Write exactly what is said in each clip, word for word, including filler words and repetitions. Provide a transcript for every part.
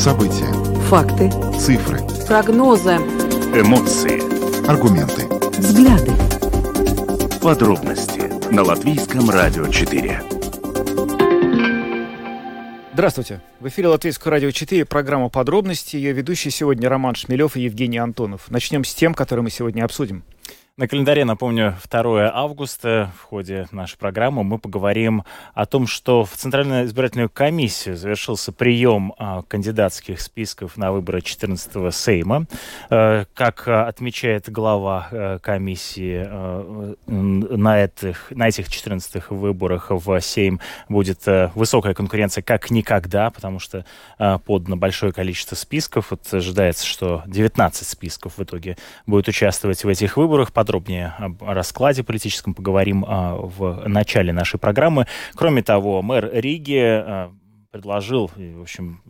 События. Факты. Цифры. Прогнозы. Эмоции. Аргументы. Взгляды. Подробности на Латвийском радио четыре. Здравствуйте. В эфире Латвийского радио четыре, программа «Подробности». Ее ведущие сегодня Роман Шмелев и Евгений Антонов. Начнем с тем, которые мы сегодня обсудим. На календаре, напомню, второе августа. В ходе нашей программы мы поговорим о том, что в Центральную избирательную комиссию завершился прием а, кандидатских списков на выборы четырнадцатого Сейма. А, как отмечает глава а, комиссии, а, на, этих, на этих четырнадцатых выборах в Сейм будет а, высокая конкуренция как никогда, потому что а, подано большое количество списков. Вот ожидается, что девятнадцать списков в итоге будет участвовать в этих выборах. Подробнее об раскладе политическом поговорим а, в начале нашей программы. Кроме того, мэр Риги а, предложил, в общем,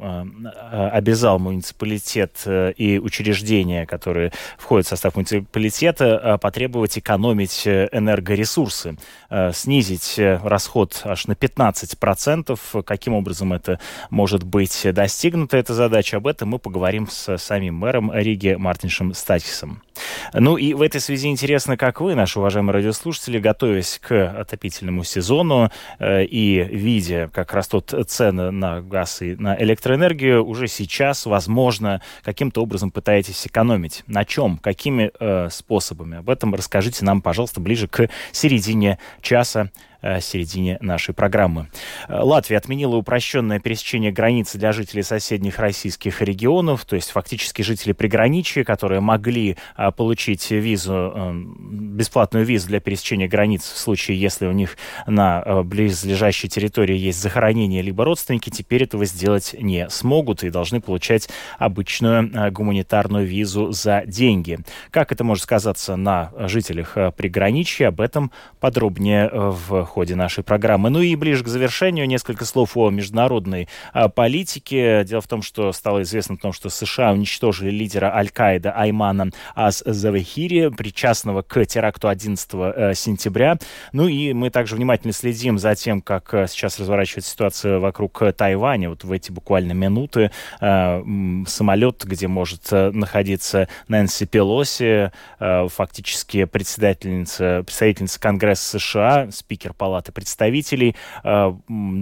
обязал муниципалитет и учреждения, которые входят в состав муниципалитета, потребовать экономить энергоресурсы, снизить расход аж на пятнадцать процентов. Каким образом это может быть достигнуто, эта задача? Об этом мы поговорим с самим мэром Риги Мартиншем Статисом. Ну и в этой связи интересно, как вы, наши уважаемые радиослушатели, готовясь к отопительному сезону э, и видя, как растут цены на газ и на электроэнергию, уже сейчас, возможно, каким-то образом пытаетесь экономить. На чем? Какими э, способами? Об этом расскажите нам, пожалуйста, ближе к середине часа, середине нашей программы. Латвия отменила упрощенное пересечение границы для жителей соседних российских регионов, то есть фактически жители приграничья, которые могли а, получить визу, а, бесплатную визу для пересечения границ в случае, если у них на а, близлежащей территории есть захоронение либо родственники, теперь этого сделать не смогут и должны получать обычную а, гуманитарную визу за деньги. Как это может сказаться на жителях а, приграничья? Об этом подробнее в В ходе нашей программы. Ну и ближе к завершению несколько слов о международной а, политике. Дело в том, что стало известно о том, что США уничтожили лидера Аль-Каиды Аймана ас-Завахири, причастного к теракту одиннадцатого сентября. Ну и мы также внимательно следим за тем, как сейчас разворачивается ситуация вокруг Тайваня. Вот в эти буквально минуты а, самолет, где может находиться Нэнси Пелоси, а, фактически председательница, представительница Конгресса США, спикер Палаты представителей, э,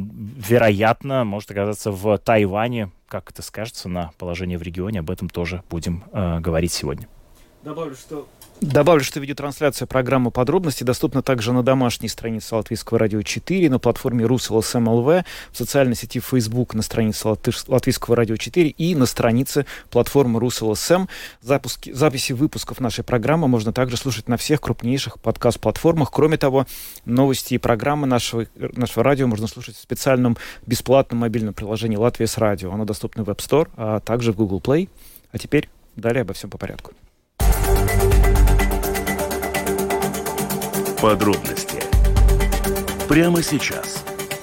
вероятно, может оказаться в Тайване. Как это скажется на положении в регионе, об этом тоже будем э, говорить сегодня. Добавлю, что... Добавлю, что видеотрансляция программы «Подробности» доступна также на домашней странице Латвийского радио четыре, на платформе РусЛСМ ЛВ, в социальной сети Facebook на странице Латвийского радио четыре и на странице платформы РусЛСМ. Запуски, записи выпусков нашей программы можно также слушать на всех крупнейших подкаст-платформах. Кроме того, новости и программы нашего, нашего радио можно слушать в специальном бесплатном мобильном приложении «Латвия с радио». Оно доступно в App Store, а также в Google Play. А теперь далее обо всем по порядку. Подробности прямо сейчас.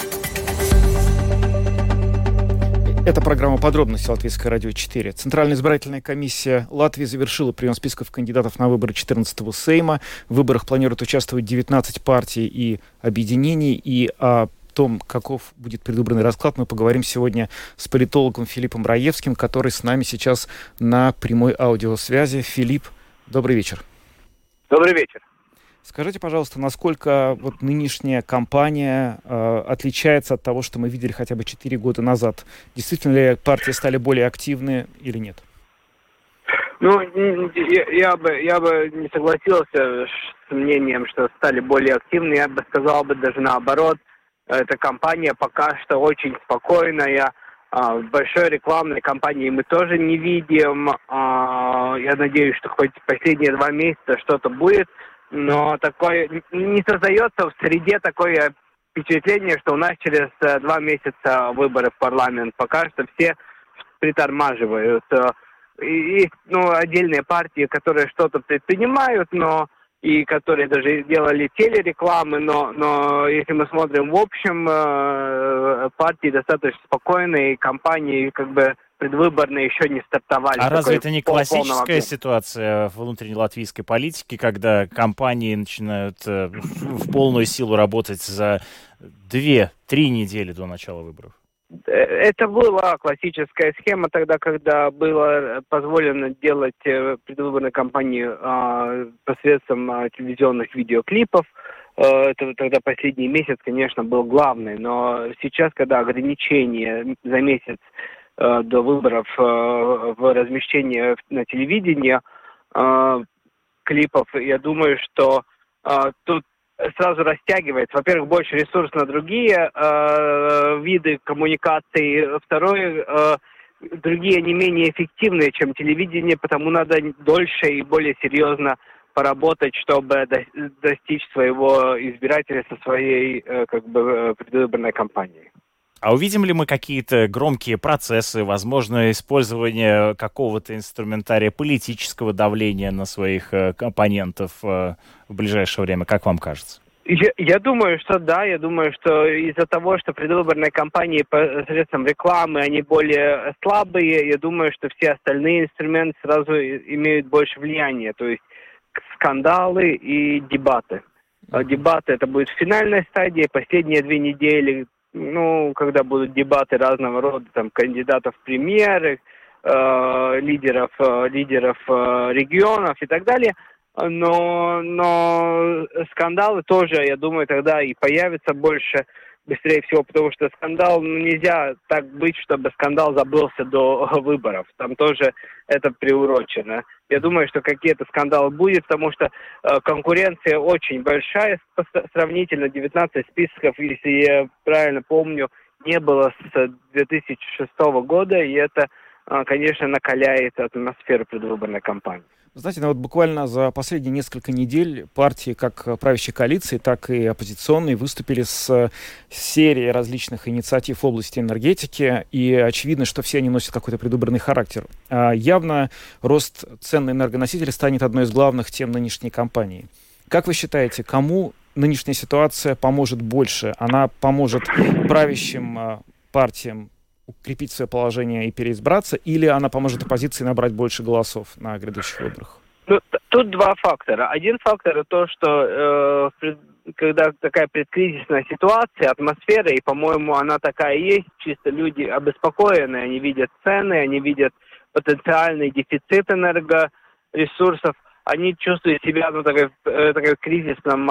Это программа «Подробности» Латвийское радио четыре. Центральная избирательная комиссия Латвии завершила прием списков кандидатов на выборы четырнадцатого Сейма. В выборах планируют участвовать девятнадцать партий и объединений. И о том, каков будет предвыборный расклад, мы поговорим сегодня с политологом Филиппом Раевским, который с нами сейчас на прямой аудиосвязи. Филипп, добрый вечер. Добрый вечер. Скажите, пожалуйста, насколько вот нынешняя кампания э, отличается от того, что мы видели хотя бы четыре года назад? Действительно ли партии стали более активны или нет? Ну, я, я, бы, я бы не согласился с мнением, что стали более активны. Я бы сказал бы даже наоборот. Эта кампания пока что очень спокойная. А, большой рекламной кампании мы тоже не видим. А, я надеюсь, что хоть последние два месяца что-то будет. Но такое не создается в среде такое впечатление, что у нас через два месяца выборы в парламент. Пока что все притормаживают. Есть ну, отдельные партии, которые что-то предпринимают, но и которые даже делали телерекламы, но, но если мы смотрим в общем, партии достаточно спокойные, кампании как бы предвыборные еще не стартовали. А разве это не классическая объема. ситуация в внутренней латвийской политике, когда компании начинают в полную силу работать за две-три недели до начала выборов? Это была классическая схема тогда, когда было позволено делать предвыборную кампанию а, посредством а, телевизионных видеоклипов. А, это тогда последний месяц, конечно, был главный. Но сейчас, когда ограничения за месяц а, до выборов а, в размещении на телевидении а, клипов, я думаю, что а, тут сразу растягивается. Во-первых, больше ресурс на другие э, виды коммуникаций. Второе, э, другие не менее эффективные, чем телевидение, потому надо дольше и более серьезно поработать, чтобы до- достичь своего избирателя со своей э, как бы предвыборной кампанией. А увидим ли мы какие-то громкие процессы, возможно, использование какого-то инструментария политического давления на своих э, оппонентов э, в ближайшее время, как вам кажется? Я, я думаю, что да, я думаю, что из-за того, что предвыборные кампании посредством рекламы, они более слабые, я думаю, что все остальные инструменты сразу имеют больше влияния, то есть скандалы и дебаты. Дебаты это будет финальная стадия, последние две недели, ну, когда будут дебаты разного рода, там, кандидатов в премьеры, э, лидеров, э, лидеров э, регионов и так далее. Но, но скандалы тоже, я думаю, тогда и появятся больше, быстрее всего, потому что скандал, ну, нельзя так быть, чтобы скандал забылся до выборов. Там тоже это приурочено. Я думаю, что какие-то скандалы будет, потому что э, конкуренция очень большая, сравнительно девятнадцать списков, если я правильно помню, не было с две тысячи шестого года, и это, э, конечно, накаляет атмосферу предвыборной кампании. Знаете, ну вот буквально за последние несколько недель партии, как правящей коалиции, так и оппозиционные, выступили с серией различных инициатив в области энергетики, и очевидно, что все они носят какой-то предвыборный характер. А явно рост цен на энергоносители станет одной из главных тем нынешней кампании. Как вы считаете, кому нынешняя ситуация поможет больше? Она поможет правящим партиям укрепить свое положение и переизбраться, или она поможет оппозиции набрать больше голосов на грядущих выборах? Ну, тут два фактора. Один фактор — то, что э, когда такая предкризисная ситуация, атмосфера, и, по-моему, она такая и есть, чисто люди обеспокоены, они видят цены, они видят потенциальный дефицит энергоресурсов, они чувствуют себя ну, такой, такой кризисном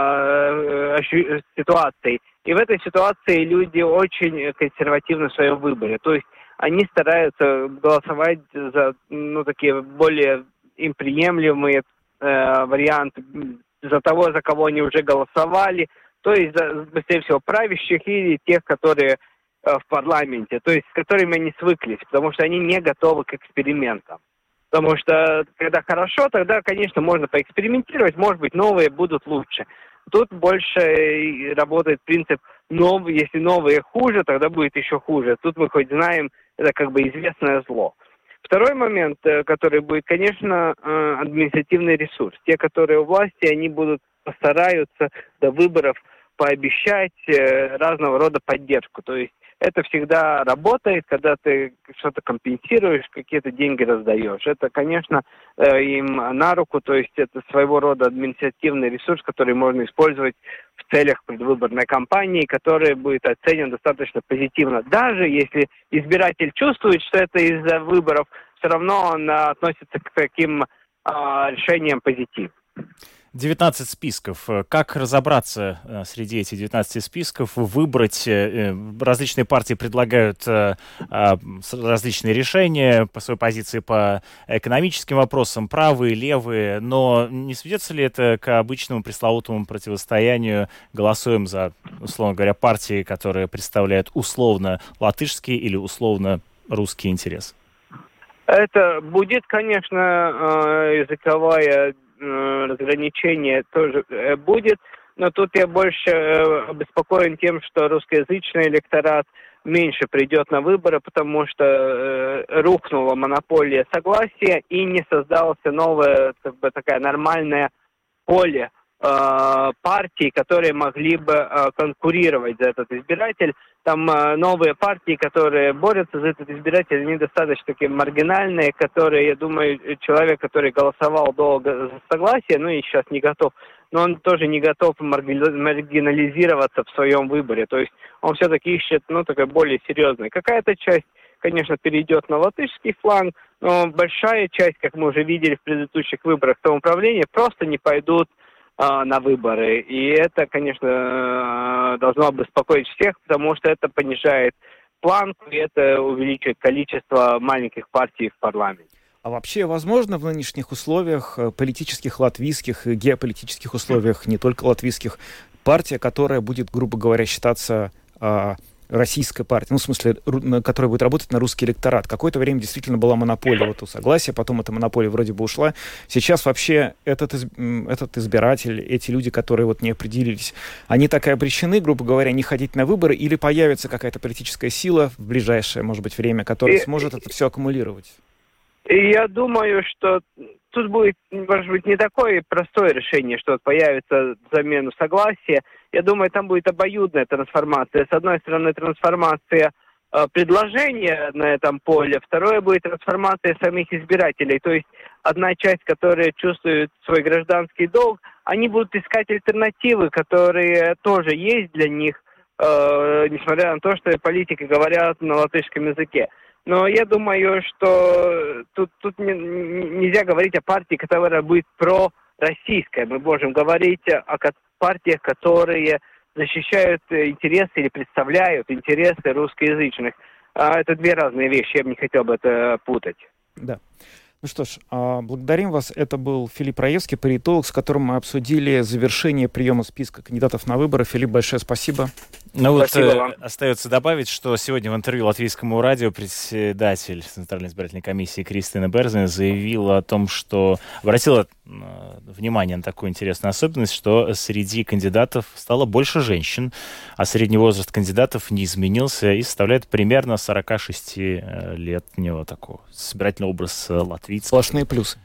э, э, ситуации. И в этой ситуации люди очень консервативны в своем выборе. То есть они стараются голосовать за ну, такие более им приемлемые э, варианты, за того, за кого они уже голосовали. То есть, за, быстрее всего, правящих или тех, которые э, в парламенте. То есть с которыми они свыклись, потому что они не готовы к экспериментам. Потому что когда хорошо, тогда, конечно, можно поэкспериментировать. Может быть, новые будут лучше. Тут больше работает принцип, нов, если новые хуже, тогда будет еще хуже. Тут мы хоть знаем, это как бы известное зло. Второй момент, который будет, конечно, административный ресурс. Те, которые у власти, они будут постараются до выборов пообещать разного рода поддержку. То есть это всегда работает, когда ты что-то компенсируешь, какие-то деньги раздаешь. Это, конечно, им на руку, то есть это своего рода административный ресурс, который можно использовать в целях предвыборной кампании, который будет оценен достаточно позитивно. Даже если избиратель чувствует, что это из-за выборов, все равно он относится к таким а, решениям позитивно. девятнадцать списков. Как разобраться э, среди этих девятнадцати списков, выбрать? Э, различные партии предлагают э, э, различные решения по своей позиции по экономическим вопросам, правые, левые, но не сведется ли это к обычному пресловутому противостоянию? Голосуем за, условно говоря, партии, которые представляют условно латышские или условно русские интересы. Это будет, конечно, языковое разграничение тоже будет, но тут я больше обеспокоен тем, что русскоязычный электорат меньше придет на выборы, потому что э, рухнула монополия согласия и не создалось новое, как бы, такая нормальное поле э, партий, которые могли бы э, конкурировать за этот избиратель. Там э, новые партии, которые борются за этот избиратель, они достаточно такие маргинальные, которые, я думаю, человек, который голосовал долго за согласие, ну и сейчас не готов но он тоже не готов маргинализироваться в своем выборе. То есть он все-таки ищет, ну, такой более серьезный. Какая-то часть, конечно, перейдет на латышский фланг, но большая часть, как мы уже видели в предыдущих выборах самоуправления, просто не пойдут э, на выборы. И это, конечно, э, должно беспокоить всех, потому что это понижает планку, и это увеличивает количество маленьких партий в парламенте. А вообще возможно в нынешних условиях, политических, латвийских и геополитических условиях, не только латвийских, партия, которая будет, грубо говоря, считаться э, российской партией, ну, в смысле, ру- которая будет работать на русский электорат. Какое-то время действительно была монополия вот у Согласия, потом эта монополия вроде бы ушла. Сейчас вообще этот, из- этот избиратель, эти люди, которые вот не определились, они так и обречены, грубо говоря, не ходить на выборы, или появится какая-то политическая сила в ближайшее, может быть, время, которая сможет это все аккумулировать? И я думаю, что тут будет, может быть, не такое простое решение, что появится замену согласия. Я думаю, там будет обоюдная трансформация. С одной стороны, трансформация э, предложения на этом поле, второе будет трансформация самих избирателей. То есть одна часть, которая чувствует свой гражданский долг, они будут искать альтернативы, которые тоже есть для них, э, несмотря на то, что политики говорят на латышском языке. Но я думаю, что тут, тут не, нельзя говорить о партии, которая будет пророссийская. Мы можем говорить о партиях, которые защищают интересы или представляют интересы русскоязычных. Это две разные вещи, я бы не хотел бы это путать. Да. Ну что ж, благодарим вас. Это был Филипп Раевский, политолог, с которым мы обсудили завершение приема списка кандидатов на выборы. Филипп, большое спасибо. Ну вот э, остается добавить, что сегодня в интервью Латвийскому радио председатель Центральной избирательной комиссии Кристина Берзина заявила о том, что обратила э, внимание на такую интересную особенность, что среди кандидатов стало больше женщин, а средний возраст кандидатов не изменился и составляет примерно сорок шесть лет него такого избирательного образа латвийца. Сплошные плюсы.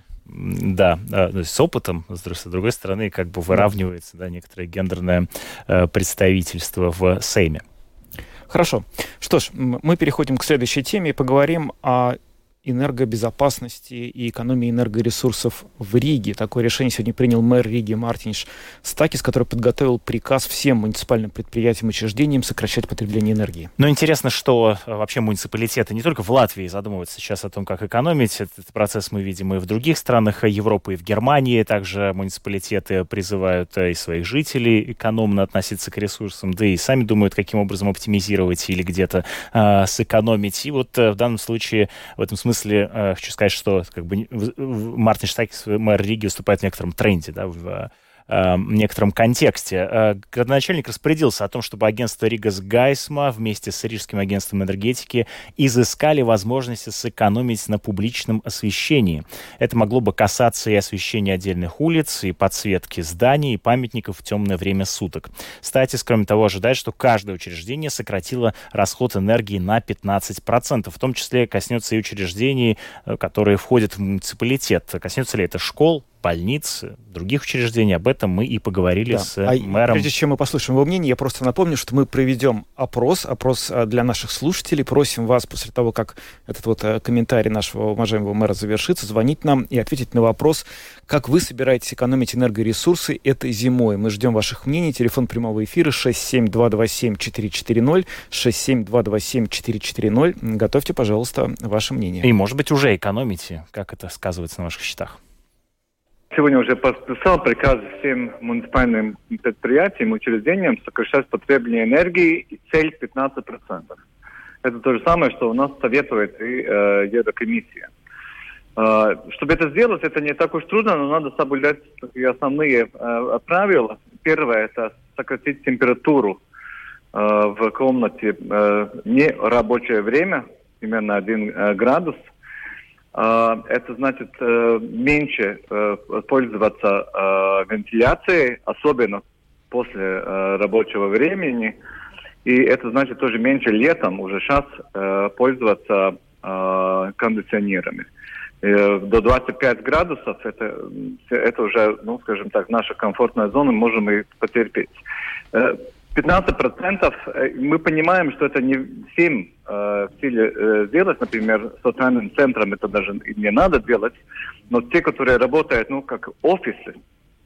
Да, то есть с опытом, с другой стороны, как бы выравнивается, да, некоторое гендерное э, представительство в Сейме. Хорошо. Что ж, мы переходим к следующей теме и поговорим о энергобезопасности и экономии энергоресурсов в Риге. Такое решение сегодня принял мэр Риги Мартинš Стакис, который подготовил приказ всем муниципальным предприятиям и учреждениям сокращать потребление энергии. Но интересно, что вообще муниципалитеты не только в Латвии задумываются сейчас о том, как экономить. Этот процесс мы видим и в других странах Европы, и в Германии. Также муниципалитеты призывают и своих жителей экономно относиться к ресурсам, да и сами думают, каким образом оптимизировать или где-то э, сэкономить. И вот э, в данном случае, в этом смысле, смысле, э, хочу сказать, что как бы, Мартинš Стакис, мэр Риги, выступает в некотором тренде, да, в э, некотором контексте. Э, Градоначальник распорядился о том, чтобы агентство Риgas Gaisma вместе с Рижским агентством энергетики изыскали возможности сэкономить на публичном освещении. Это могло бы касаться и освещения отдельных улиц, и подсветки зданий, и памятников в темное время суток. Статис, кроме того, ожидает, что каждое учреждение сократило расход энергии на пятнадцать процентов. В том числе коснется и учреждений, которые входят в муниципалитет. Коснется ли это школ, больниц, других учреждений? Об этом мы и поговорили да. с а мэром. Прежде чем мы послушаем его мнение, я просто напомню, что мы проведем опрос, опрос для наших слушателей. Просим вас после того, как этот вот комментарий нашего уважаемого мэра завершится, звонить нам и ответить на вопрос, как вы собираетесь экономить энергоресурсы этой зимой. Мы ждем ваших мнений. Телефон прямого эфира шесть семь два два семь четыре четыре ноль, шесть семь два два семь четыре четыре ноль. Готовьте, пожалуйста, ваше мнение. И, может быть, уже экономите, как это сказывается на ваших счетах. Сегодня уже подписал приказ всем муниципальным предприятиям, учреждениям сокращать потребление энергии и цель пятнадцать процентов. Это то же самое, что у нас советует и э, Еврокомиссия. Э, чтобы это сделать, это не так уж трудно, но надо соблюдать такие основные э, правила. Первое – это сократить температуру э, в комнате э, не рабочее время, примерно один э, градус. Это значит меньше пользоваться вентиляцией, особенно после рабочего времени. И это значит тоже меньше летом, уже сейчас, пользоваться кондиционерами. До двадцати пяти градусов это, это уже, ну, скажем так, наша комфортная зона, можем и потерпеть. пятнадцать процентов мы понимаем, что это не всем э, в силе э, сделать, например, социальным центрам это даже не надо делать, но те, которые работают, ну, как офисы,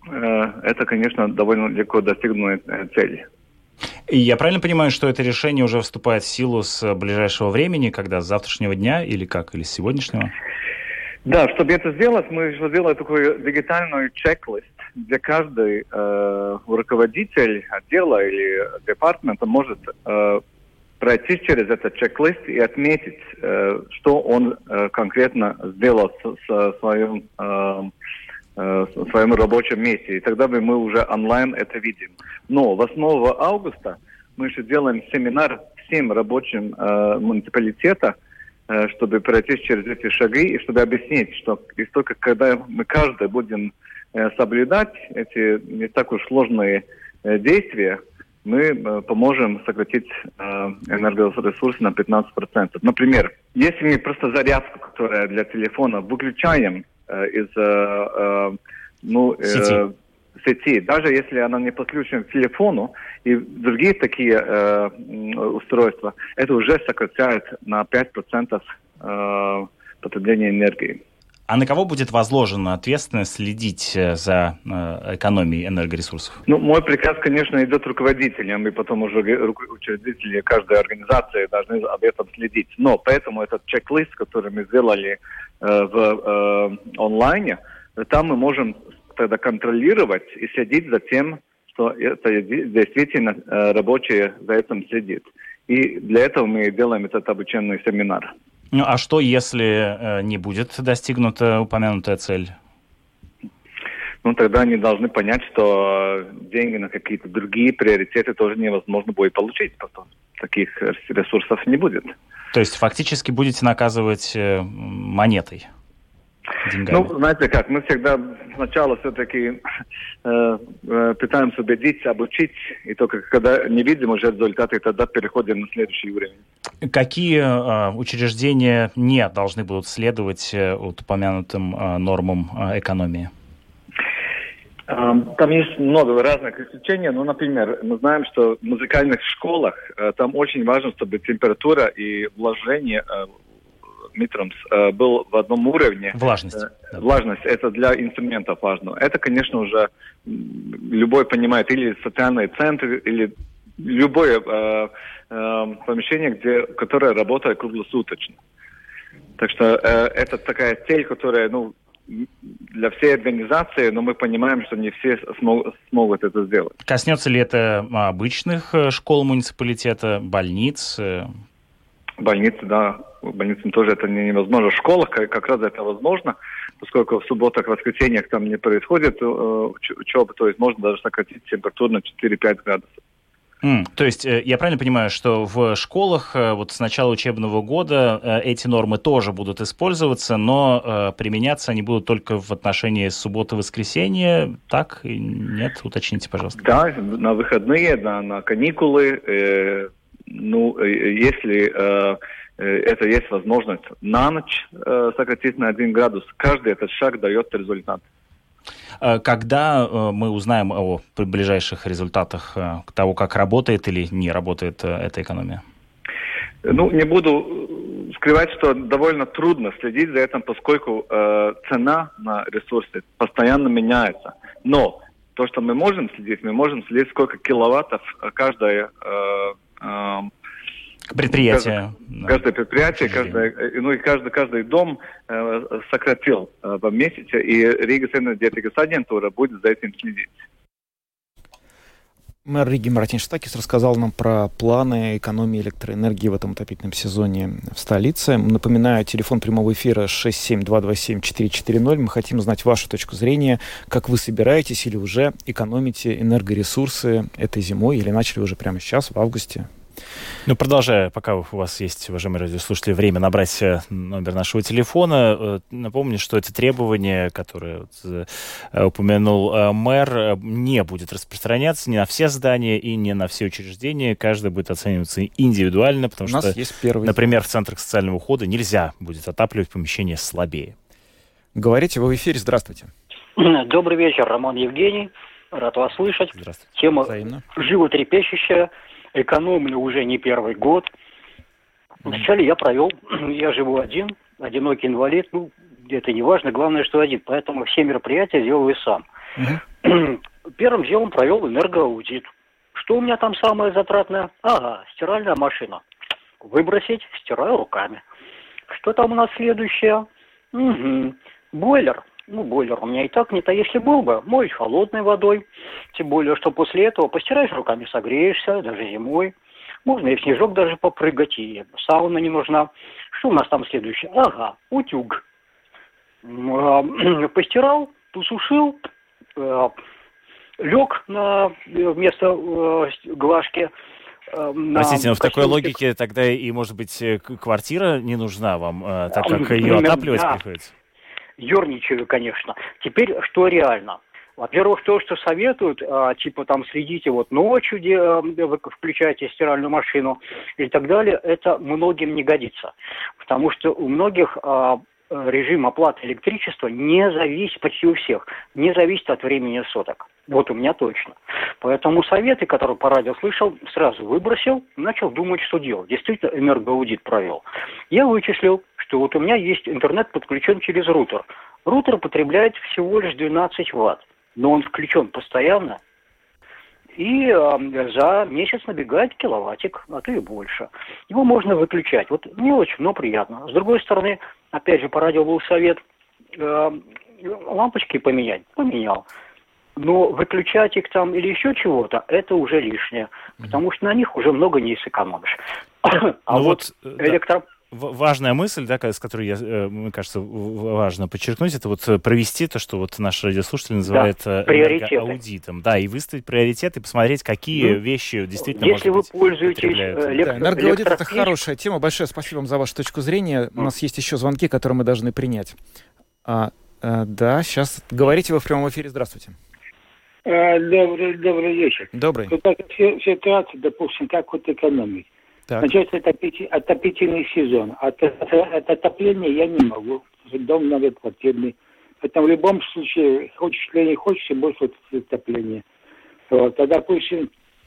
это, конечно, довольно легко достигнутая цель. И я правильно понимаю, что это решение уже вступает в силу с ближайшего времени, когда с завтрашнего дня или как, или с сегодняшнего? Да, чтобы это сделать, мы сделали такой дигитальный чек-лист, где каждый э, руководитель отдела или департамента может э, пройти через этот чек-лист и отметить, э, что он э, конкретно сделал с, с своим, э, э, в своем рабочем месте. И тогда мы уже онлайн это видим. Но восьмого августа мы еще делаем семинар всем рабочим э, муниципалитета, чтобы пройти через эти шаги и чтобы объяснить, что и только когда мы каждый будем э, соблюдать эти не так уж сложные э, действия, мы э, поможем сократить э, энергоресурсы на пятнадцать процентов. Например, если мы просто зарядку, которая для телефона, выключаем э, из э, э, ну, э, сети. сети, даже если она не подключена к телефону и другие такие э, устройства, это уже сокращает на пять процентов э, потребление энергии. А на кого будет возложена ответственность следить за э, экономией энергоресурсов? Ну, мой приказ, конечно, идет руководителям, и потом уже учредители каждой организации должны об этом следить. Но поэтому этот чек-лист, который мы сделали э, в э, онлайне, там мы можем тогда контролировать и следить за тем, что это действительно э, рабочие за этим следят. И для этого мы делаем этот обученный семинар. Ну, а что, если э, не будет достигнута упомянутая цель? Ну, тогда они должны понять, что деньги на какие-то другие приоритеты тоже невозможно будет получить, потому что таких ресурсов не будет. То есть фактически будете наказывать э, монетой? Деньгами. Ну, знаете как, мы всегда сначала все-таки э, э, пытаемся убедить, обучить, и только когда не видим уже результаты, тогда переходим на следующий уровень. Какие э, учреждения не должны будут следовать э, от упомянутым э, нормам э, экономии? Там есть много разных исключений, но, например, мы знаем, что в музыкальных школах э, там очень важно, чтобы температура и вложение э, Митромс э, был в одном уровне. Влажность. Э, влажность, это для инструментов важно. Это, конечно, уже любой понимает, или социальный центр, или любое э, э, помещение, где, которое работает круглосуточно. Так что э, это такая цель, которая, ну, для всей организации, но мы понимаем, что не все смог, смогут это сделать. Коснется ли это обычных школ муниципалитета, больниц? Больницы, да. Больницам тоже это невозможно. В школах как раз это возможно, поскольку в субботах, воскресеньях там не происходит э, учеба, то есть можно даже сократить температуру на четыре-пять градусов. Mm, то есть я правильно понимаю, что в школах вот с начала учебного года эти нормы тоже будут использоваться, но применяться они будут только в отношении субботы-воскресенья, так? Нет? Уточните, пожалуйста. Да, на выходные, на, на каникулы. Э, ну, если э, это есть возможность на ночь э, сократить на один градус, каждый этот шаг дает результат. Когда мы узнаем о ближайших результатах того, как работает или не работает эта экономия? Ну, не буду скрывать, что довольно трудно следить за этим, поскольку э, цена на ресурсы постоянно меняется. Но то, что мы можем следить, мы можем следить, сколько киловаттов каждое э, э, предприятие. Каждое, каждое предприятие, каждое, ну и каждый, каждый дом э, сократил э, в месяце, и Риgas энергетикас агентура будет за этим следить. Мэр Риги Мартин Штакис рассказал нам про планы экономии электроэнергии в этом отопительном сезоне в столице. Напоминаю, телефон прямого эфира шесть семь два два семь четыре четыре ноль. Мы хотим узнать вашу точку зрения, как вы собираетесь или уже экономите энергоресурсы этой зимой, или начали уже прямо сейчас, в августе. Ну, продолжая, пока у вас есть, уважаемые радиослушатели, время набрать номер нашего телефона, напомню, что это требование, которое вот, упомянул мэр, не будет распространяться ни на все здания и не на все учреждения. Каждый будет оцениваться индивидуально, потому у нас что, есть первый... например, в центрах социального ухода нельзя будет отапливать помещение слабее. Говорите, вы в эфире, здравствуйте. Добрый вечер, Роман Евгений, рад вас слышать. Здравствуйте. Тема Взаимно. животрепещущая. Экономлю уже не первый год. Вначале я провел, я живу один, одинокий инвалид, ну, это не важно, главное, что один. Поэтому все мероприятия делаю сам. Uh-huh. первым делом провел энергоаудит. Что у меня там самое затратное? Ага, стиральная машина. Выбросить, стираю руками. Что там у нас следующее? Угу. Бойлер. Ну, бойлер у меня и так нет. А если был бы, моешь холодной водой. Тем более, что после этого постираешь руками, согреешься, даже зимой. Можно и в снежок даже попрыгать, и сауна не нужна. Что у нас там следующее? Ага, утюг. Постирал, посушил, лег на вместо глажки. Простите, но в такой логике тогда и, может быть, квартира не нужна вам, так как ее отапливать да. приходится? Ёрничаю, конечно. Теперь что реально? Во-первых, то, что советуют, а, типа там следите вот ночью, где а, вы включаете стиральную машину и так далее, это многим не годится. Потому что у многих а, режим оплаты электричества не зависит, почти у всех, не зависит от времени суток. Вот у меня точно. Поэтому советы, которые по радио слышал, сразу выбросил, начал думать, что делать. Действительно, энергоаудит провел. Я вычислил, что вот у меня есть интернет подключен через рутер. Рутер потребляет всего лишь двенадцать ватт, но он включен постоянно, и э, за месяц набегает киловаттик, а то и больше. Его можно выключать. Вот мелочь, но приятно. С другой стороны, опять же, по радио был совет э, лампочки поменять. Поменял. Но выключать их там или еще чего-то, это уже лишнее. Потому что на них уже много не сэкономишь. А ну вот, вот электро... Да. Важная мысль, да, с которой, я, мне кажется, важно подчеркнуть, это вот провести то, что вот наш радиослушатель называет да, аудитом. Да, и выставить приоритеты, и посмотреть, какие ну, вещи действительно, если может вы пользуетесь электро... да, энергоаудит — это хорошая тема. Большое спасибо вам за вашу точку зрения. У нас есть еще звонки, которые мы должны принять. А, а, да, сейчас говорите, вы в прямом эфире. Здравствуйте. Добрый, добрый вечер. Добрый. Какая ситуация, допустим, как вот экономить? Так. Начать отопитель, отопительный сезон. От, от, от отопления я не могу. Дом многоквартирный. Поэтому в любом случае, хочешь или не хочешь, больше отопления. Вот. А, допустим,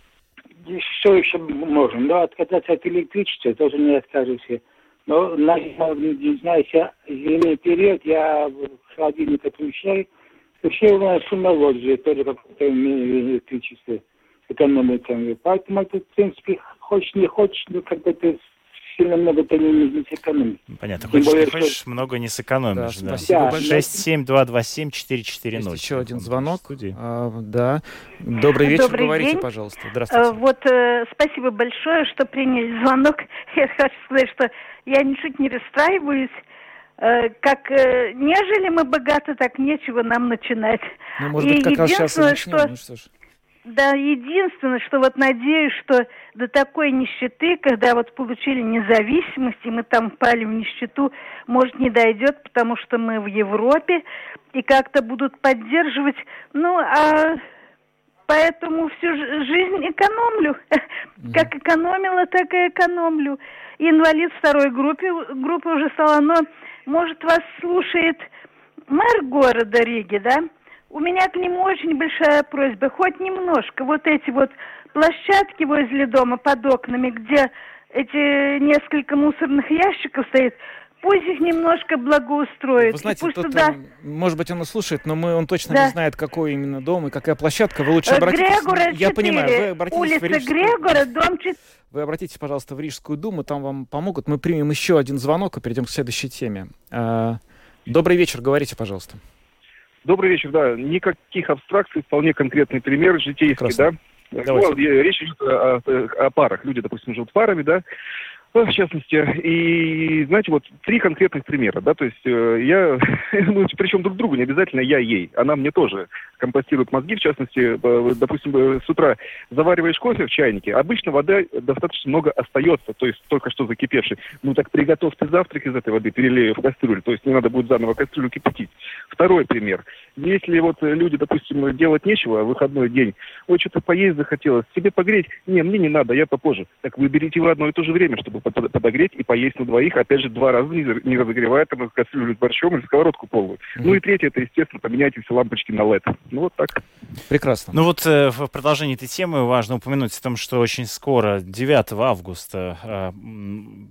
что еще можно? Ну, отказаться от электричества тоже не откажешься. Но, не знаю, зимний период я холодильник отключаю. Все у нас шумоводы, тоже какое-то электричество экономит. Поэтому это, в принципе, хочешь не хочешь, ну, как бы ты сильно много-то не, не сэкономишь. Понятно. Хочешь более, не хочешь, что... много не сэкономишь. Да, да. Да. шесть семь два два семь четыре четыре ноль. Есть еще один звонок. А, да. Добрый вечер, Добрый говорите, день. Пожалуйста. Здравствуйте. А, вот, э, спасибо большое, что приняли звонок. Я хочу сказать, что я ничуть не расстраиваюсь. Э, как э, не жили мы богато, так нечего нам начинать. Ну, может быть, как раз сейчас и начнем. Что... Ну, что ж. Да, единственное, что вот надеюсь, что до такой нищеты, когда вот получили независимость, и мы там впали в нищету, может, не дойдет, потому что мы в Европе, и как-то будут поддерживать, ну, а поэтому всю жизнь экономлю. Mm-hmm. Как экономила, так и экономлю. И инвалид второй группы, группы уже стала, но, может, вас слушает мэр города Риги, да? У меня к нему очень большая просьба, хоть немножко, вот эти вот площадки возле дома под окнами, где эти несколько мусорных ящиков стоит, пусть их немножко благоустроит. Вы знаете, пусть тут, туда... может быть, он и слушает, но мы, он точно да. не знает, какой именно дом и какая площадка. Вы лучше обратитесь... Грегора четыре, я понимаю, вы обратитесь улица в Рижскую... Грегора, дом четыре. Вы обратитесь, пожалуйста, в Рижскую думу, там вам помогут. Мы примем еще один звонок и перейдем к следующей теме. Добрый вечер, говорите, пожалуйста. Добрый вечер, да. Никаких абстракций, вполне конкретный пример житейский, да. Вот, речь идет о, о, о парах. Люди, допустим, живут парами, да, в частности. И, знаете, вот три конкретных примера, да, то есть э, я, ну, причем друг другу, не обязательно я ей, она мне тоже компостирует мозги, в частности, э, допустим, э, с утра завариваешь кофе в чайнике, обычно воды достаточно много остается, то есть только что закипевшей. Ну так приготовьте завтрак из этой воды, перелей в кастрюлю, то есть не надо будет заново кастрюлю кипятить. Второй пример. Если вот люди, допустим, делать нечего, выходной день, ой, что-то поесть захотелось, себе погреть, не, мне не надо, я попозже. Так выберите в одно и то же время, чтобы подогреть и поесть на двоих, опять же, два раза не разогревая там кастрюлю с борщом или сковородку полную. Mm-hmm. Ну и третье, это, естественно, поменяйте все лампочки на эл и ди. Ну вот так. Прекрасно. Ну вот э, в продолжении этой темы важно упомянуть о том, что очень скоро, девятого августа, э,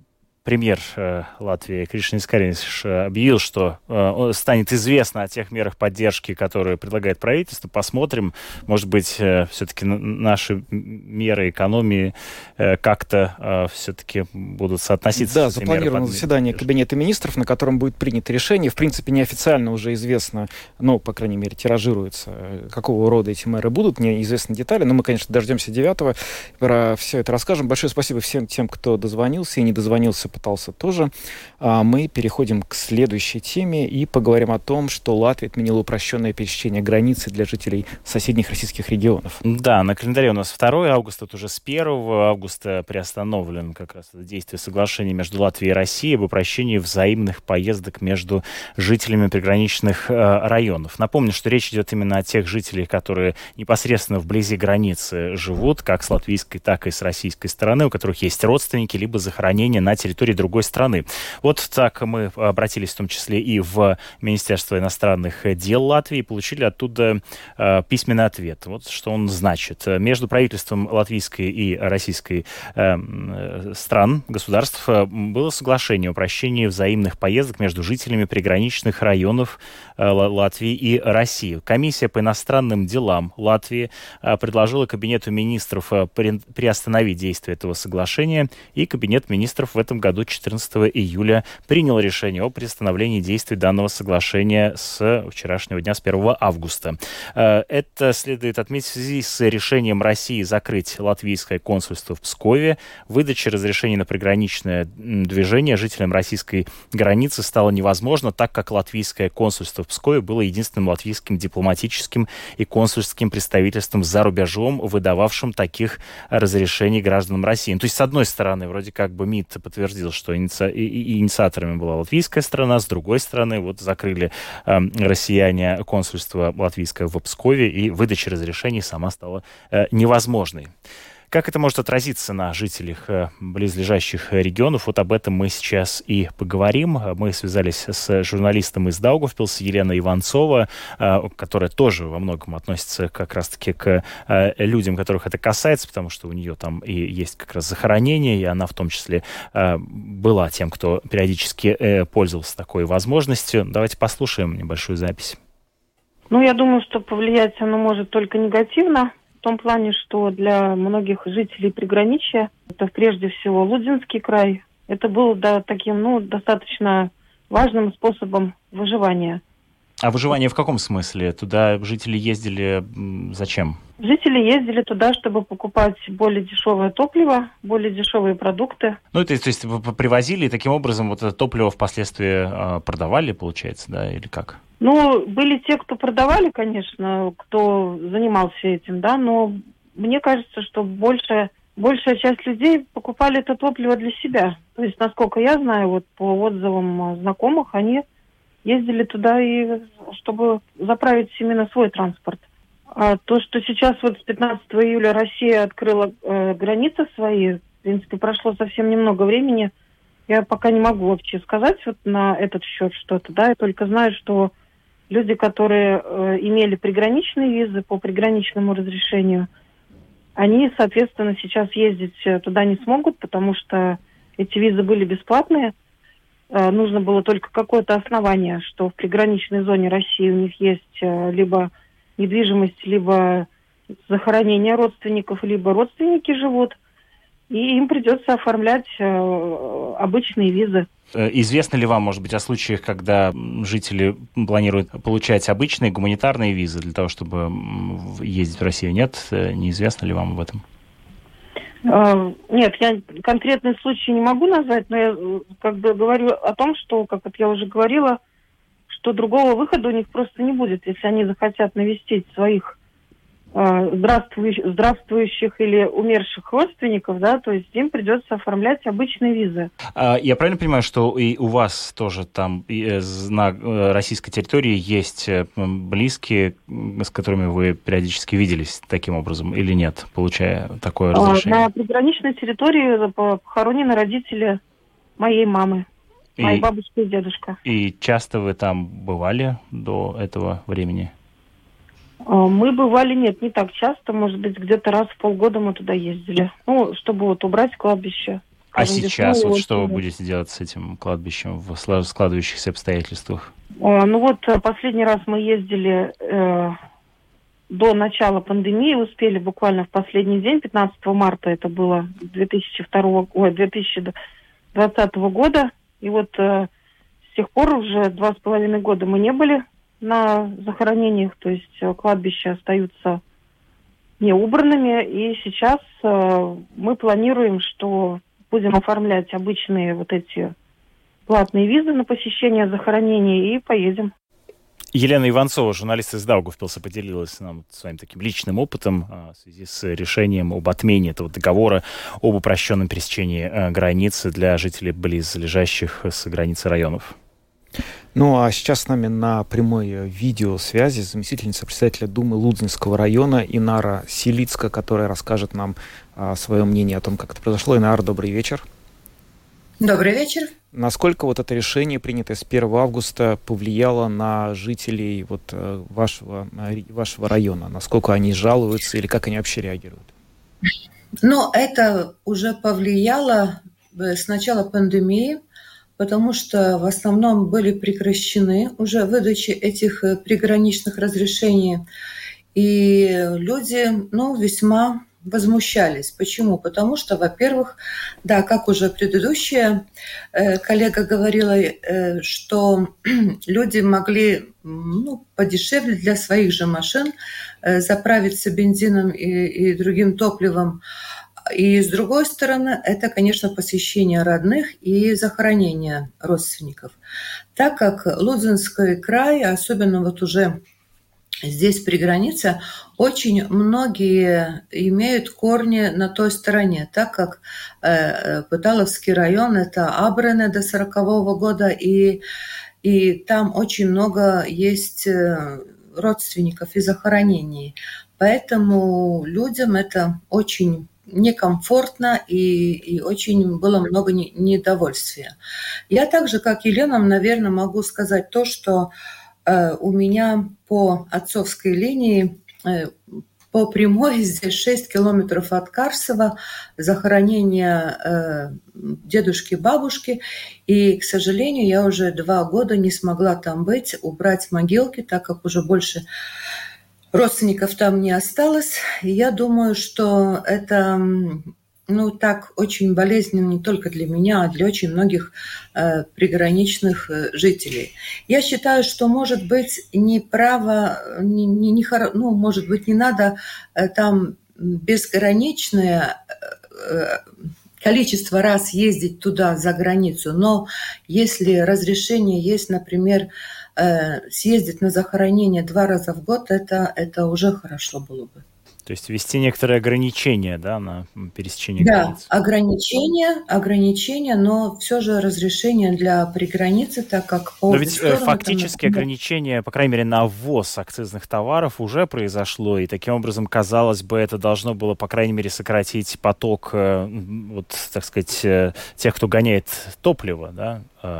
премьер э, Латвии Кришьянис Кариньш объявил, что э, станет известно о тех мерах поддержки, которые предлагает правительство. Посмотрим, может быть, э, все-таки наши меры экономии э, как-то э, все-таки будут соотноситься да, с этими мерами. Да, запланировано заседание Кабинета министров, на котором будет принято решение. В принципе, неофициально уже известно, ну, по крайней мере, тиражируется, какого рода эти меры будут. Неизвестны детали, но мы, конечно, дождемся девятого. Про все это расскажем. Большое спасибо всем тем, кто дозвонился и не дозвонился, пытался тоже. А мы переходим к следующей теме и поговорим о том, что Латвия отменила упрощенное пересечение границы для жителей соседних российских регионов. Да, на календаре у нас второе августа, вот уже с первого августа приостановлен как раз это действие соглашения между Латвией и Россией об упрощении взаимных поездок между жителями приграничных э, районов. Напомню, что речь идет именно о тех жителях, которые непосредственно вблизи границы живут, как с латвийской, так и с российской стороны, у которых есть родственники, либо захоронения на территории другой страны. Вот так мы обратились в том числе и в Министерство иностранных дел Латвии, и получили оттуда э, письменный ответ. Вот что он значит. Между правительством латвийской и российской э, стран, государств, было соглашение о упрощении взаимных поездок между жителями приграничных районов э, Латвии и России. Комиссия по иностранным делам Латвии э, предложила Кабинету министров э, при, приостановить действие этого соглашения, и Кабинет министров в этом году, четырнадцатого июля, принял решение о приостановлении действий данного соглашения с вчерашнего дня, с первого августа. Э, это следует отметить в связи с решением России закрыть латвийское консульство в Пскове. Выдача разрешений на приграничное движение жителям российской границы стало невозможно, так как латвийское консульство в Пскове было единственным латвийским дипломатическим и консульским представительством за рубежом, выдававшим таких разрешений гражданам России. То есть, с одной стороны, вроде как бы МИД подтвердил, что иници... и инициаторами была латвийская сторона, с другой стороны, вот закрыли э, россияне консульство латвийское в Пскове, и выдача разрешений сама стала э, невозможной. Как это может отразиться на жителях близлежащих регионов? Вот об этом мы сейчас и поговорим. Мы связались с журналистом из Даугавпилса Еленой Иванцова, которая тоже во многом относится как раз-таки к людям, которых это касается, потому что у нее там и есть как раз захоронение, и она в том числе была тем, кто периодически пользовался такой возможностью. Давайте послушаем небольшую запись. Ну, я думаю, что повлиять оно может только негативно. В том плане, что для многих жителей приграничья, это прежде всего Лудзинский край, это было да, таким, ну, достаточно важным способом выживания. А выживание в каком смысле? Туда жители ездили зачем? Жители ездили туда, чтобы покупать более дешевое топливо, более дешевые продукты. Ну, это, то есть привозили, и таким образом вот это топливо впоследствии продавали, получается, да, или как? Ну, были те, кто продавали, конечно, кто занимался этим, да, но мне кажется, что большая, большая часть людей покупали это топливо для себя. То есть, насколько я знаю, вот по отзывам знакомых, они ездили туда, и чтобы заправить именно свой транспорт. А то, что сейчас вот с пятнадцатого июля Россия открыла э, границы свои, в принципе, прошло совсем немного времени, я пока не могу вообще сказать вот на этот счет что-то, да, я только знаю, что люди, которые э, имели приграничные визы по приграничному разрешению, они, соответственно, сейчас ездить туда не смогут, потому что эти визы были бесплатные. Э, нужно было только какое-то основание, что в приграничной зоне России у них есть э, либо недвижимость, либо захоронение родственников, либо родственники живут, и им придется оформлять э, обычные визы. Известно ли вам, может быть, о случаях, когда жители планируют получать обычные гуманитарные визы для того, чтобы ездить в Россию? Нет? Неизвестно ли вам об этом? Нет, я конкретный случай не могу назвать, но я как бы говорю о том, что, как вот я уже говорила, что другого выхода у них просто не будет, если они захотят навестить своих здравствующих, здравствующих или умерших родственников, да, то есть им придется оформлять обычные визы. А, я правильно понимаю, что и у вас тоже там и, на российской территории есть близкие, с которыми вы периодически виделись таким образом, или нет, получая такое разрешение? На приграничной территории похоронены родители моей мамы, и, моей бабушка и дедушка. И часто вы там бывали до этого времени? Мы бывали, нет, не так часто, может быть, где-то раз в полгода мы туда ездили. Ну, чтобы вот убрать кладбище, А сейчас вот что вы будете делать с этим кладбищем в складывающихся обстоятельствах? Ну вот последний раз мы ездили э, до начала пандемии, успели буквально в последний день, пятнадцатого марта, это было две тысячи второго, ой, две тысячи двадцатого года. И вот э, с тех пор уже два с половиной года мы не были на захоронениях, то есть э, кладбища остаются неубранными. И сейчас э, мы планируем, что будем оформлять обычные вот эти платные визы на посещение захоронений и поедем. Елена Иванцова, журналист из Даугавпилса, поделилась нам своим таким личным опытом а, в связи с решением об отмене этого договора об упрощенном пересечении а, границы для жителей близлежащих с границы районов. Ну, а сейчас с нами на прямой видеосвязи заместительница председателя Думы Лудзинского района Инара Селицка, которая расскажет нам а, свое мнение о том, как это произошло. Инара, добрый вечер. Добрый вечер. Насколько вот это решение, принятое с первого августа, повлияло на жителей вот вашего, вашего района? Насколько они жалуются или как они вообще реагируют? Ну, это уже повлияло с начала пандемии, потому что в основном были прекращены уже выдачи этих приграничных разрешений. И люди, ну, весьма возмущались. Почему? Потому что, во-первых, да, как уже предыдущая э, коллега говорила, э, что люди могли, ну, подешевле для своих же машин э, заправиться бензином и, и другим топливом. И с другой стороны, это, конечно, посещение родных и захоронение родственников. Так как Лудзинский край, особенно вот уже здесь при границе, очень многие имеют корни на той стороне, так как э, Пыталовский район – это Абрене до сорокового года, и, и там очень много есть родственников и захоронений. Поэтому людям это очень некомфортно и, и очень было много не, недовольствия. Я так же, как Елена, наверное, могу сказать то, что у меня по отцовской линии, по прямой, здесь шесть километров от Карсова, захоронение дедушки, бабушки. И, к сожалению, я уже два года не смогла там быть, убрать могилки, так как уже больше родственников там не осталось. И я думаю, что это... Ну, так очень болезненно не только для меня, а для очень многих э, приграничных э, жителей. Я считаю, что, может быть, не право, не, не, не, ну, может быть, не надо э, там безграничное э, количество раз ездить туда, за границу, но если разрешение есть, например, э, съездить на захоронение два раза в год, это, это уже хорошо было бы. То есть ввести некоторые ограничения, да, на пересечение да, границ. Да, ограничения, ограничения, но все же разрешение для приграницы, так как... По но ведь сторону, фактически там... ограничения, по крайней мере, на ввоз акцизных товаров уже произошло, и таким образом, казалось бы, это должно было, по крайней мере, сократить поток, вот, так сказать, тех, кто гоняет топливо, да.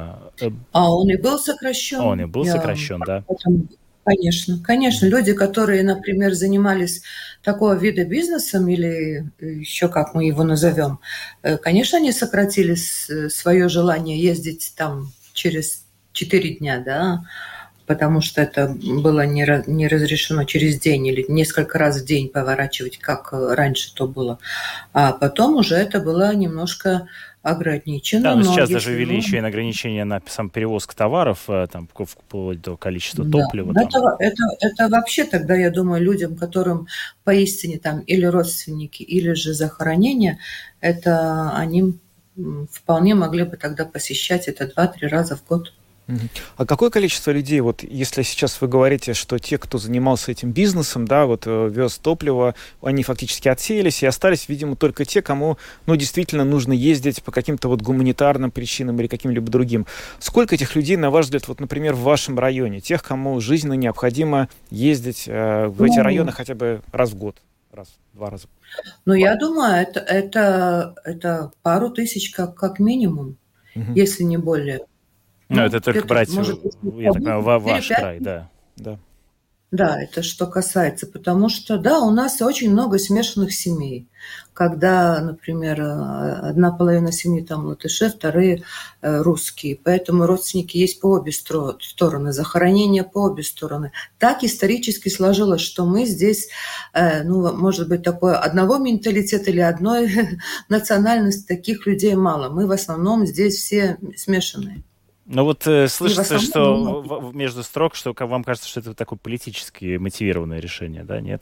А он и был сокращен. Он и был Я... сокращен, да. Конечно, конечно. Люди, которые, например, занимались такого вида бизнесом или еще как мы его назовем, конечно, они сократили свое желание ездить там через четыре дня, да, потому что это было не разрешено через день или несколько раз в день поворачивать, как раньше то было. А потом уже это было немножко ограничено. Да, но, но сейчас если, даже ввели ну, еще и ограничения на сам перевозку товаров, там, вплоть до количества да, топлива. Это, это, это вообще тогда, я думаю, людям, которым поистине там или родственники, или же захоронения, это они вполне могли бы тогда посещать это два-три раза в год. А какое количество людей, вот если сейчас вы говорите, что те, кто занимался этим бизнесом, да, вот вез топливо, они фактически отсеялись, и остались, видимо, только те, кому, ну, действительно нужно ездить по каким-то вот гуманитарным причинам или каким-либо другим. Сколько этих людей, на ваш взгляд, вот, например, в вашем районе, тех, кому жизненно необходимо ездить э, в эти районы хотя бы раз в год, раз, два раза? Ну, я думаю, это, это, это пару тысяч как, как минимум, угу. если не более. Ну, это только брать, может, я так понимаю, ваш край, да. Да. Да, это что касается, потому что, да, у нас очень много смешанных семей, когда, например, одна половина семьи там латыши, вторые русские, поэтому родственники есть по обе стороны, захоронения по обе стороны. Так исторически сложилось, что мы здесь, ну, может быть, такое одного менталитета или одной национальности, таких людей мало. Мы в основном здесь все смешанные. Ну вот э, слышится, что в, в, между строк, что вам кажется, что это такое политически мотивированное решение, да, нет?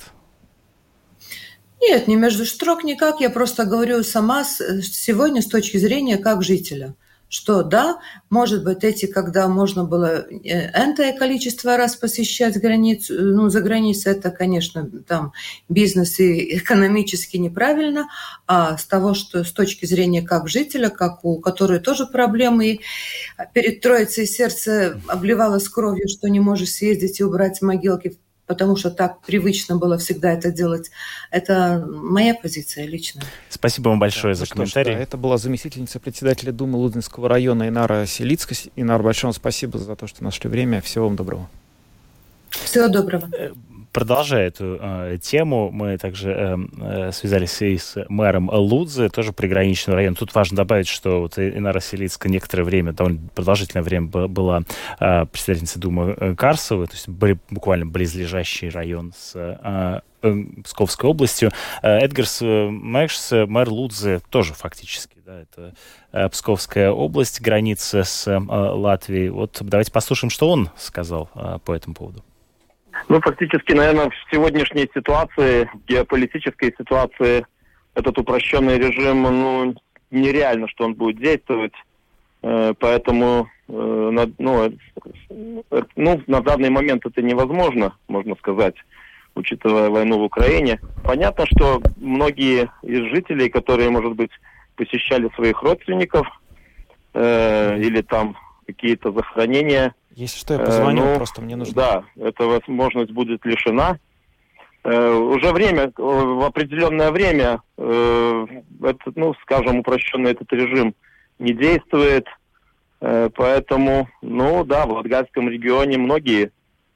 Нет, не между строк никак. Я просто говорю сама сегодня с точки зрения как жителя. Что да, может быть, эти, когда можно было энное количество раз посещать границу, ну, за границей, это, конечно, там бизнес и экономически неправильно, а с того, что с точки зрения как жителя, как у которой тоже проблемы, и перед Троицей сердце обливалось кровью, что не можешь съездить и убрать могилки, потому что так привычно было всегда это делать. Это моя позиция личная. Спасибо вам большое да, за ну комментарий. Ж, да, это была заместительница председателя Думы Лудинского района Инара Селицкая. Инар, большое вам спасибо за то, что нашли время. Всего вам доброго. Всего доброго. Продолжая эту э, тему, мы также э, связались и с мэром Лудзы, тоже приграничного района. Тут важно добавить, что вот Инара Селицкая некоторое время, довольно продолжительное время была э, председательницей Думы Карсовой, то есть были буквально близлежащий район с э, э, Псковской областью. Э, Эдгарс Мэкшс, мэр Лудзы, тоже фактически, да, это э, Псковская область, граница с э, Латвией. Вот давайте послушаем, что он сказал э, по этому поводу. Ну, фактически, наверное, в сегодняшней ситуации, геополитической ситуации, этот упрощенный режим, ну, нереально, что он будет действовать. Поэтому, ну, ну, на данный момент это невозможно, можно сказать, учитывая войну в Украине. Понятно, что многие из жителей, которые, может быть, посещали своих родственников э, или там какие-то захоронения. Если что, я позвоню, э, ну, просто мне нужно. Да, эта возможность будет лишена. Э, уже время, в определенное время, э, этот, ну, скажем, упрощенный этот режим не действует. Э, поэтому, ну да, в Латгальском регионе многие,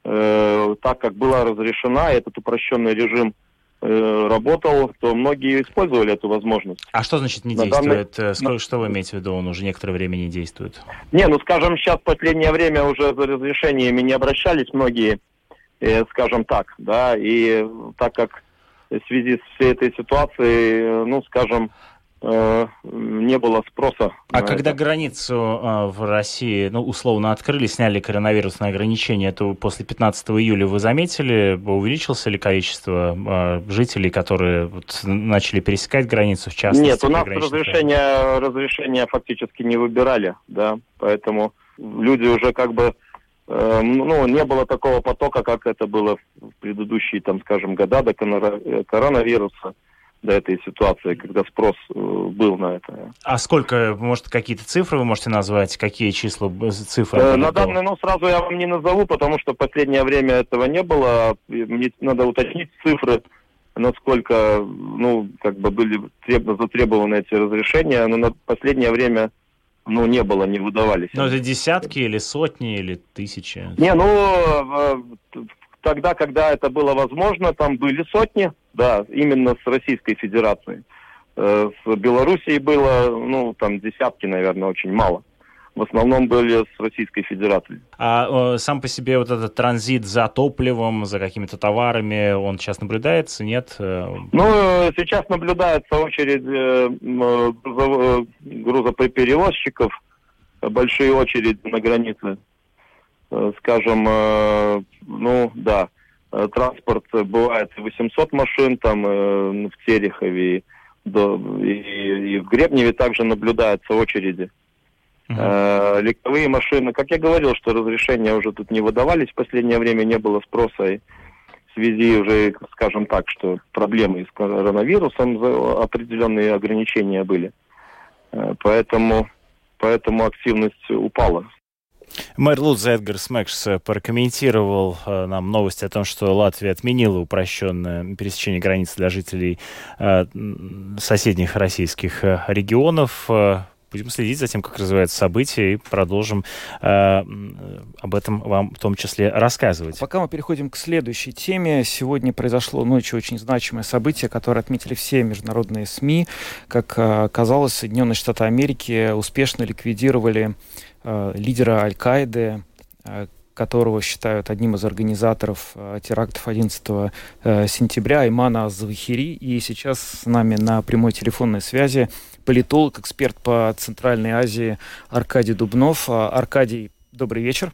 э, так как была разрешена, этот упрощенный режим работал, то многие использовали эту возможность. А что значит не На действует? Данный... Сколько, что вы имеете в виду? Он уже некоторое время не действует? Не, ну, скажем, сейчас в последнее время уже за разрешениями не обращались многие, э, скажем так, да, и так как в связи с всей этой ситуацией, ну, скажем, э, не было спроса. А когда это. границу э, в России, ну, условно открыли, сняли коронавирусные ограничения, то после пятнадцатого июля вы заметили, увеличилось ли количество э, жителей, которые вот, начали пересекать границу, в частности? Нет, у нас разрешение, разрешение фактически не выбирали, да, поэтому люди уже как бы, э, ну, не было такого потока, как это было в предыдущие, там, скажем, года до коронавируса. До этой ситуации, когда спрос был на это. А сколько, может, какие-то цифры вы можете назвать? Какие числа, цифры? Э, на данный, ну, сразу я вам не назову, потому что в последнее время этого не было. Мне надо уточнить цифры, насколько, ну, как бы были затребованы эти разрешения, но на последнее время, ну, не было, не выдавались. Ну, это десятки или сотни, или тысячи? Не, ну, тогда, когда это было возможно, там были сотни, да, именно с Российской Федерацией. С Белоруссией было, ну, там десятки, наверное, очень мало. В основном были с Российской Федерацией. А э, сам по себе вот этот транзит за топливом, за какими-то товарами, он сейчас наблюдается, нет? Ну, сейчас наблюдается очередь э, грузов, грузоперевозчиков, большие очереди на границе. Э, скажем, э, ну, да. Транспорт бывает восемьсот машин там э, в Терехове, и, и, и в Гребневе также наблюдаются очереди. Uh-huh. Э, легковые машины, как я говорил, что разрешения уже тут не выдавались, в последнее время не было спроса, и в связи уже, скажем так, что проблемы с коронавирусом, определенные ограничения были. Э, поэтому, поэтому активность упала. Мэр Лудзы Эдгарс Мэкшс прокомментировал э, нам новость о том, что Латвия отменила упрощенное пересечение границ для жителей э, соседних российских регионов. Э, будем следить за тем, как развиваются события, и продолжим э, об этом вам в том числе рассказывать. Пока мы переходим к следующей теме. Сегодня произошло ночью очень значимое событие, которое отметили все международные СМИ. Как оказалось, Соединенные Штаты Америки успешно ликвидировали э, лидера Аль-Каиды, э, которого считают одним из организаторов э, терактов одиннадцатого сентября, Аймана аз-Завахири. И сейчас с нами на прямой телефонной связи политолог, эксперт по Центральной Азии Аркадий Дубнов. Аркадий, добрый вечер.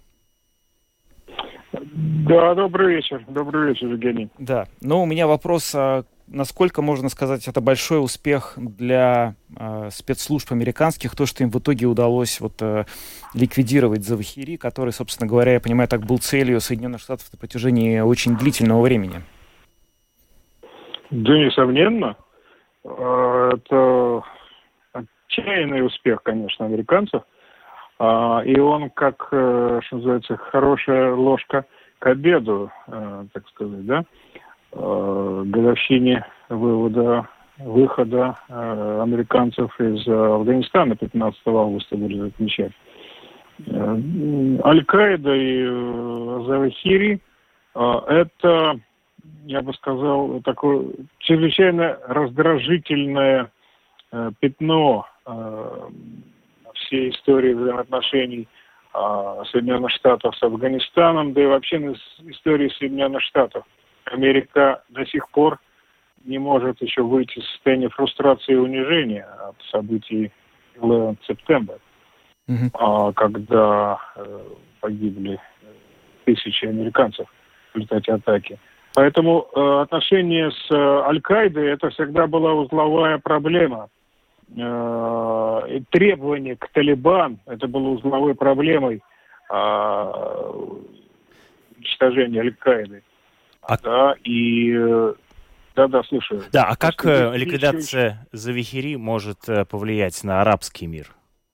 Да, добрый вечер. Добрый вечер, Евгений. Да, но у меня вопрос, насколько, можно сказать, это большой успех для э, спецслужб американских, то, что им в итоге удалось вот, э, ликвидировать Завахири, который, собственно говоря, я понимаю, так был целью Соединенных Штатов на протяжении очень длительного времени. Да, несомненно. Это отчаянный успех, конечно, американцев. И он, как, что называется, хорошая ложка к обеду, так сказать, да, годовщине вывода, выхода американцев из Афганистана пятнадцатого августа будет отмечать. Аль-Каида и Завахири – это, я бы сказал, такое чрезвычайно раздражительное пятно всей истории взаимоотношений Соединенных Штатов с Афганистаном, да и вообще истории Соединенных Штатов. Америка до сих пор не может еще выйти из состояния фрустрации и унижения от событий одиннадцатого сентября, mm-hmm. когда погибли тысячи американцев в результате атаки. Поэтому отношения с Аль-Каидой это всегда была узловая проблема. И требование к Талибан это было узловой проблемой уничтожения Аль-Каиды. А... Да, и... Да-да, слушаю. Да, а как Просто ликвидация еще... Завахири может повлиять на арабский мир?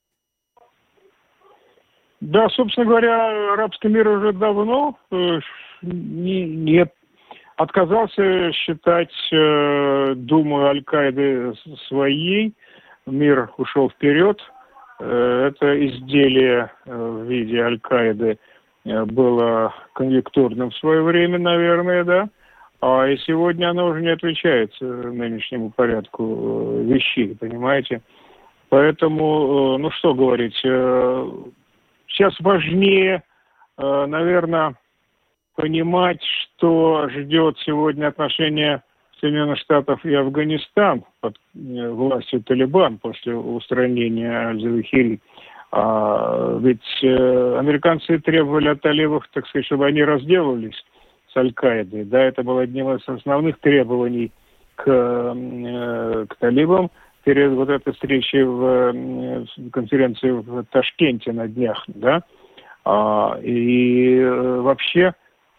Да, собственно говоря, арабский мир уже давно э, не, не отказался считать э, Думу Аль-Каиды своей. Мир ушел вперед. Э, это изделие э, в виде Аль-Каиды было конъюнктурным в свое время, наверное, да. А и сегодня оно уже не отвечает нынешнему порядку вещей, понимаете. Поэтому, ну что говорить, сейчас важнее, наверное, понимать, что ждет сегодня отношения Соединенных Штатов и Афганистан под властью Талибан после устранения Аль-Завахири. А, ведь э, американцы требовали от талибов, так сказать, чтобы они разделались с Аль-Каидой. Да, это было одним из основных требований к, э, к талибам перед вот этой встречей в, э, в конференции в Ташкенте на днях. Да? А, и э, вообще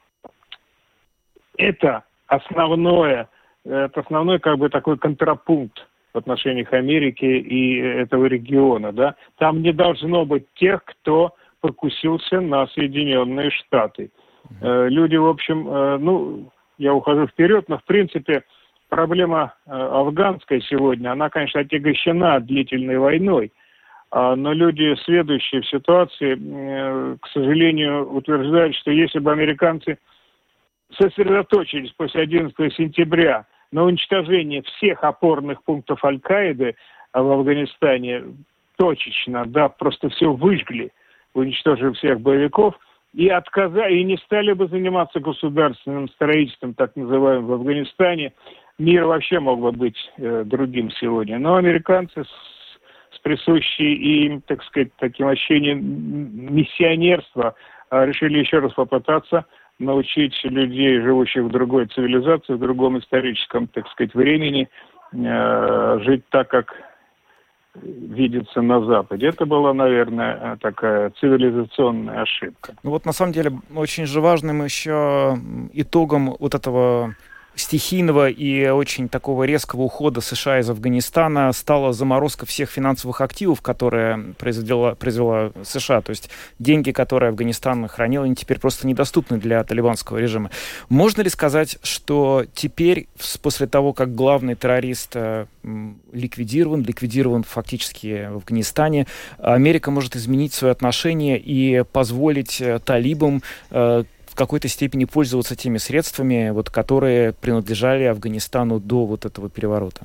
это основное, это основной как бы такой контрапункт в отношениях Америки и этого региона, да, там не должно быть тех, кто покусился на Соединенные Штаты. Э, люди, в общем, э, ну, я ухожу вперед, но, в принципе, проблема э, афганская сегодня, она, конечно, отягощена длительной войной, э, но люди, следующие в ситуации, э, к сожалению, утверждают, что если бы американцы сосредоточились после одиннадцатого сентября на уничтожение всех опорных пунктов Аль-Каиды в Афганистане точечно, да, просто все выжгли, уничтожив всех боевиков, и, отказа... и не стали бы заниматься государственным строительством, так называемым, в Афганистане, мир вообще мог бы быть э, другим сегодня. Но американцы с, с присущей им, так сказать, таким ощущением миссионерства э, решили еще раз попытаться научить людей, живущих в другой цивилизации, в другом историческом, так сказать, времени, э, жить так, как видится на Западе. Это была, наверное, такая цивилизационная ошибка. Ну вот, на самом деле, очень же важным еще итогом вот этого стихийного и очень такого резкого ухода США из Афганистана стала заморозка всех финансовых активов, которые произвела, произвела США. То есть деньги, которые Афганистан хранил, они теперь просто недоступны для талибанского режима. Можно ли сказать, что теперь, после того, как главный террорист э, ликвидирован, ликвидирован фактически в Афганистане, Америка может изменить свои отношения и позволить э, талибам э, в какой-то степени пользоваться теми средствами, вот, которые принадлежали Афганистану до вот этого переворота?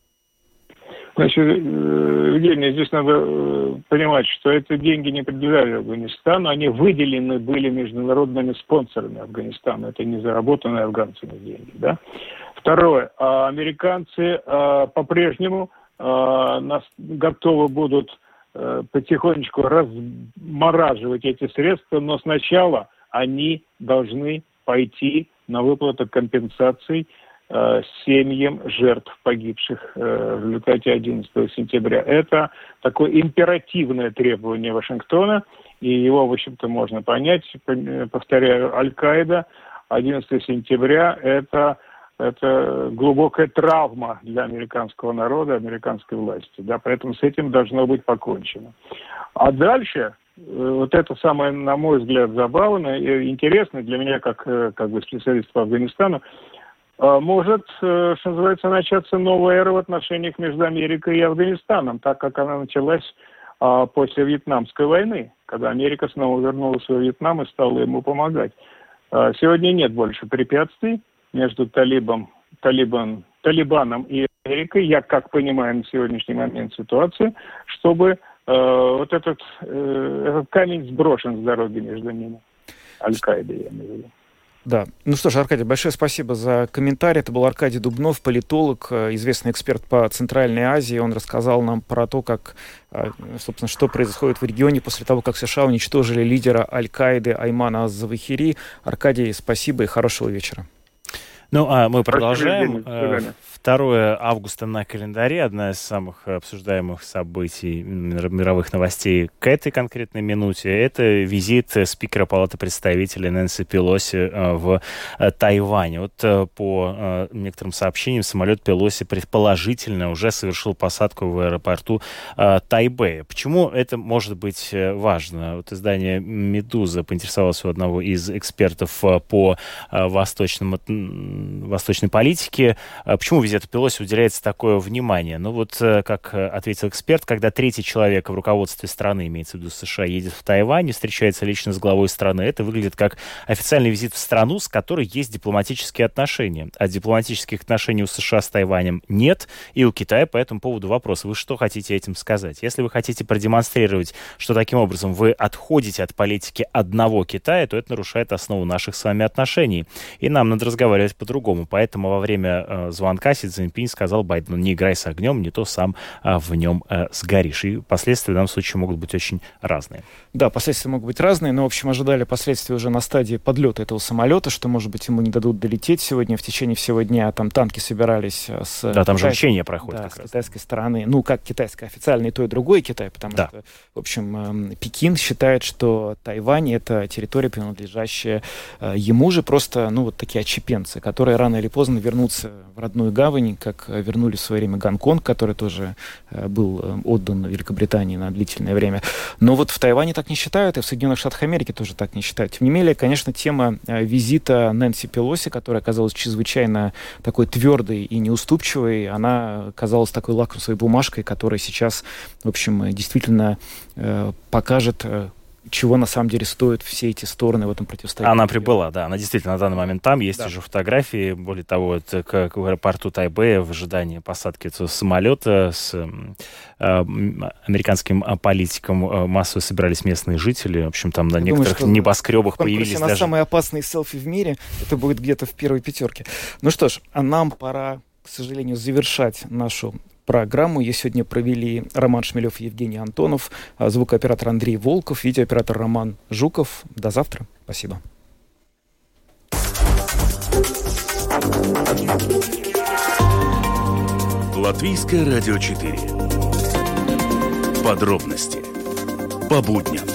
Значит, Евгений, здесь надо понимать, что эти деньги не принадлежали Афганистану, они выделены были международными спонсорами Афганистана. Это не заработанные афганцами деньги, да? Второе. Американцы по-прежнему нас готовы будут потихонечку размораживать эти средства, но сначала они должны пойти на выплату компенсаций э, семьям жертв, погибших э, в результате одиннадцатого сентября. Это такое императивное требование Вашингтона, и его, в общем-то, можно понять. Повторяю, Аль-Каида одиннадцатого сентября – это, это глубокая травма для американского народа, американской власти. Да? Поэтому с этим должно быть покончено. А дальше... Вот это самое, на мой взгляд, забавно и интересно для меня, как, как бы специалист по Афганистану, может, что называется, начаться новая эра в отношениях между Америкой и Афганистаном, так как она началась после Вьетнамской войны, когда Америка снова вернулась в Вьетнам и стала ему помогать. Сегодня нет больше препятствий между талибом, талибан, талибаном и Америкой, я как понимаю на сегодняшний момент ситуацию, чтобы вот этот, этот камень сброшен с дороги между ними. Аль-Каида, я имею в виду. Да. Ну что ж, Аркадий, большое спасибо за комментарий. Это был Аркадий Дубнов, политолог, известный эксперт по Центральной Азии. Он рассказал нам про то, как, собственно, что происходит в регионе после того, как США уничтожили лидера Аль-Каиды Аймана аз-Завахири. Аркадий, спасибо и хорошего вечера. Ну, а мы продолжаем. второго августа на календаре. Одна из самых обсуждаемых событий мировых новостей к этой конкретной минуте — это визит спикера Палаты представителей Нэнси Пелоси в Тайвань. Вот по некоторым сообщениям, самолет Пелоси предположительно уже совершил посадку в аэропорту Тайбэя. Почему это может быть важно? Вот издание «Медуза» поинтересовалось у одного из экспертов по восточному восточной политики. Почему визиту Пелоси уделяется такое внимание? Ну вот, как ответил эксперт, когда третий человек в руководстве страны, имеется в виду США, едет в Тайвань и встречается лично с главой страны, это выглядит как официальный визит в страну, с которой есть дипломатические отношения. А дипломатических отношений у США с Тайванем нет, и у Китая по этому поводу вопрос. Вы что хотите этим сказать? Если вы хотите продемонстрировать, что таким образом вы отходите от политики одного Китая, то это нарушает основу наших с вами отношений. И нам надо разговаривать по-другому. Поэтому во время э, звонка Си Цзиньпинь сказал Байдену: не играй с огнем, не то сам э, в нем э, сгоришь. И последствия в данном случае могут быть очень разные. Да, последствия могут быть разные, но, в общем, ожидали последствия уже на стадии подлета этого самолета, что, может быть, ему не дадут долететь сегодня в течение всего дня. Там танки собирались с... Да, там же учения проходят. Да, с китайской стороны. Ну, как китайская официальная, и то, и другой Китай, потому да. что, в общем, э, Пекин считает, что Тайвань — это территория, принадлежащая э, ему же, просто, ну, вот такие отщепенцы, которые рано или поздно вернутся в родную гавань, как вернули в свое время Гонконг, который тоже э, был э, отдан Великобритании на длительное время. Но вот в Тайване так не считают, и в Соединенных Штатах Америки тоже так не считают. Тем не менее, конечно, тема э, визита Нэнси Пелоси, которая оказалась чрезвычайно такой твердой и неуступчивой, она казалась такой лакмусовой бумажкой, которая сейчас, в общем, действительно э, покажет, э, чего на самом деле стоят все эти стороны в этом противостоянии. Она прибыла, да, она действительно на данный момент там, есть да. уже фотографии, более того, это как в аэропорту Тайбэя в ожидании посадки этого самолета с э, американским политиком э, массово собирались местные жители, в общем, там на Я некоторых думаю, небоскребах появились на даже... самые опасные селфи в мире, это будет где-то в первой пятерке. Ну что ж, а нам пора, к сожалению, завершать нашу программу. Ее сегодня провели Роман Шмелев и Евгений Антонов, звукооператор Андрей Волков, видеооператор Роман Жуков. До завтра. Спасибо. Латвийское радио четыре. Подробности по будням.